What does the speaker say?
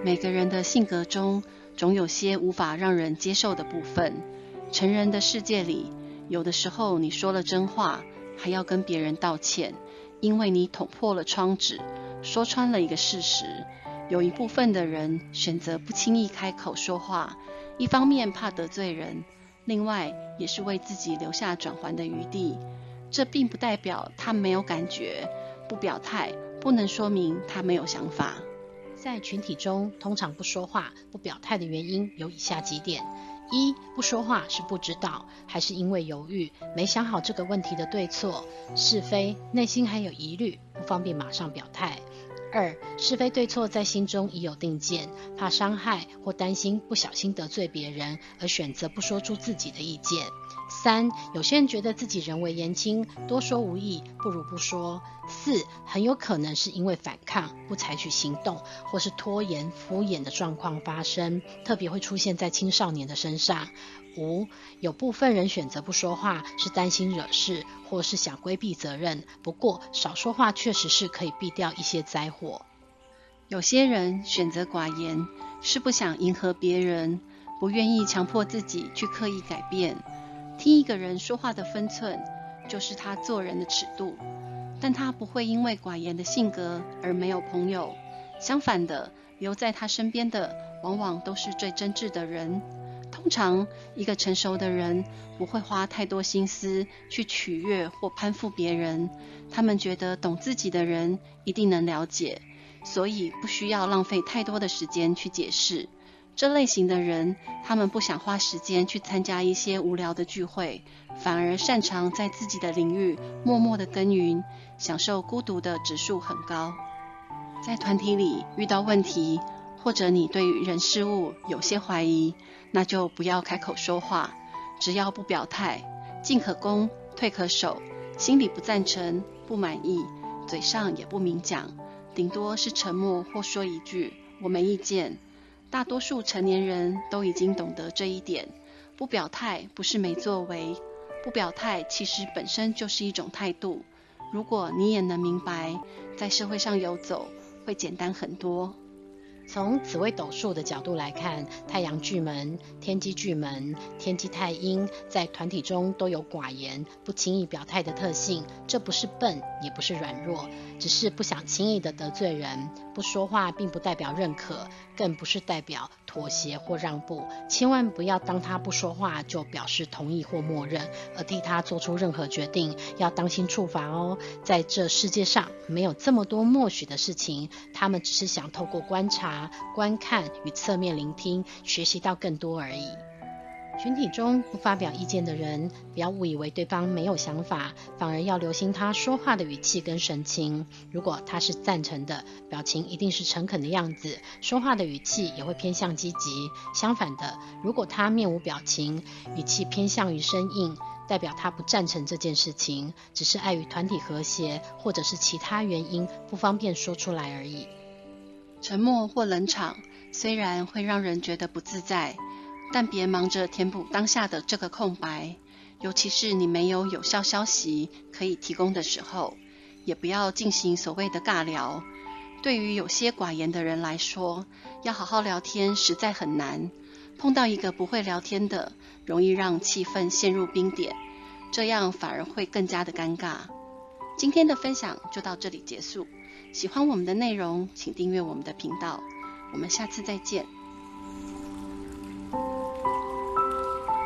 每个人的性格中总有些无法让人接受的部分。成人的世界里，有的时候你说了真话，还要跟别人道歉，因为你捅破了窗纸，说穿了一个事实。有一部分的人选择不轻易开口说话，一方面怕得罪人，另外也是为自己留下转圜的余地。这并不代表他没有感觉，不表态不能说明他没有想法。 在群体中，通常不说话、不表态的原因有以下几点：一、不说话是不知道，还是因为犹豫，没想好这个问题的对错、是非，内心还有疑虑，不方便马上表态。二、是非对错在心中已有定见，怕伤害或担心不小心得罪别人，而选择不说出自己的意见。三、有些人觉得自己人微言轻，多说无益，不如不说。四、很有可能是因为反抗，不采取行动，或是拖延、敷衍的状况发生，特别会出现在青少年的身上。五、有部分人选择不说话，是担心惹事，或是想规避责任。不过，少说话确实是可以避掉一些灾祸。 有些人选择寡言，是不想迎合别人，不愿意强迫自己去刻意改变。听一个人说话的分寸，就是他做人的尺度。但他不会因为寡言的性格而没有朋友，相反的，留在他身边的往往都是最真挚的人。通常，一个成熟的人不会花太多心思去取悦或攀附别人，他们觉得懂自己的人一定能了解，所以不需要浪费太多的时间去解释。这类型的人，他们不想花时间去参加一些无聊的聚会，反而擅长在自己的领域默默的耕耘，享受孤独的指数很高。在团体里遇到问题，或者你对于人事物有些怀疑，那就不要开口说话，只要不表态，进可攻，退可守，心里不赞成、不满意，嘴上也不明讲，顶多是沉默或说一句我没意见。大多数成年人都已经懂得这一点，不表态不是没作为，不表态其实本身就是一种态度。如果你也能明白，在社会上游走会简单很多。 从紫微斗数的角度来看，太阳巨门、天机巨门、天机太阴在团体中都有寡言、不轻易表态的特性。这不是笨，也不是软弱，只是不想轻易的得罪人。不说话并不代表认可，更不是代表妥协或让步。千万不要当他不说话就表示同意或默认，而替他做出任何决定，要当心处罚哦。在这世界上没有这么多默许的事情，他们只是想透过观察、观看与侧面聆听，学习到更多而已。群体中不发表意见的人，不要误以为对方没有想法，反而要留心他说话的语气跟神情。如果他是赞成的，表情一定是诚恳的样子，说话的语气也会偏向积极。相反的，如果他面无表情，语气偏向于生硬，代表他不赞成这件事情，只是碍于团体和谐，或者是其他原因不方便说出来而已。 沉默或冷场虽然会让人觉得不自在，但别忙着填补当下的这个空白，尤其是你没有有效消息可以提供的时候，也不要进行所谓的尬聊。对于有些寡言的人来说，要好好聊天实在很难，碰到一个不会聊天的，容易让气氛陷入冰点，这样反而会更加的尴尬。今天的分享就到这里结束，喜欢我们的内容，请订阅我们的频道，我们下次再见。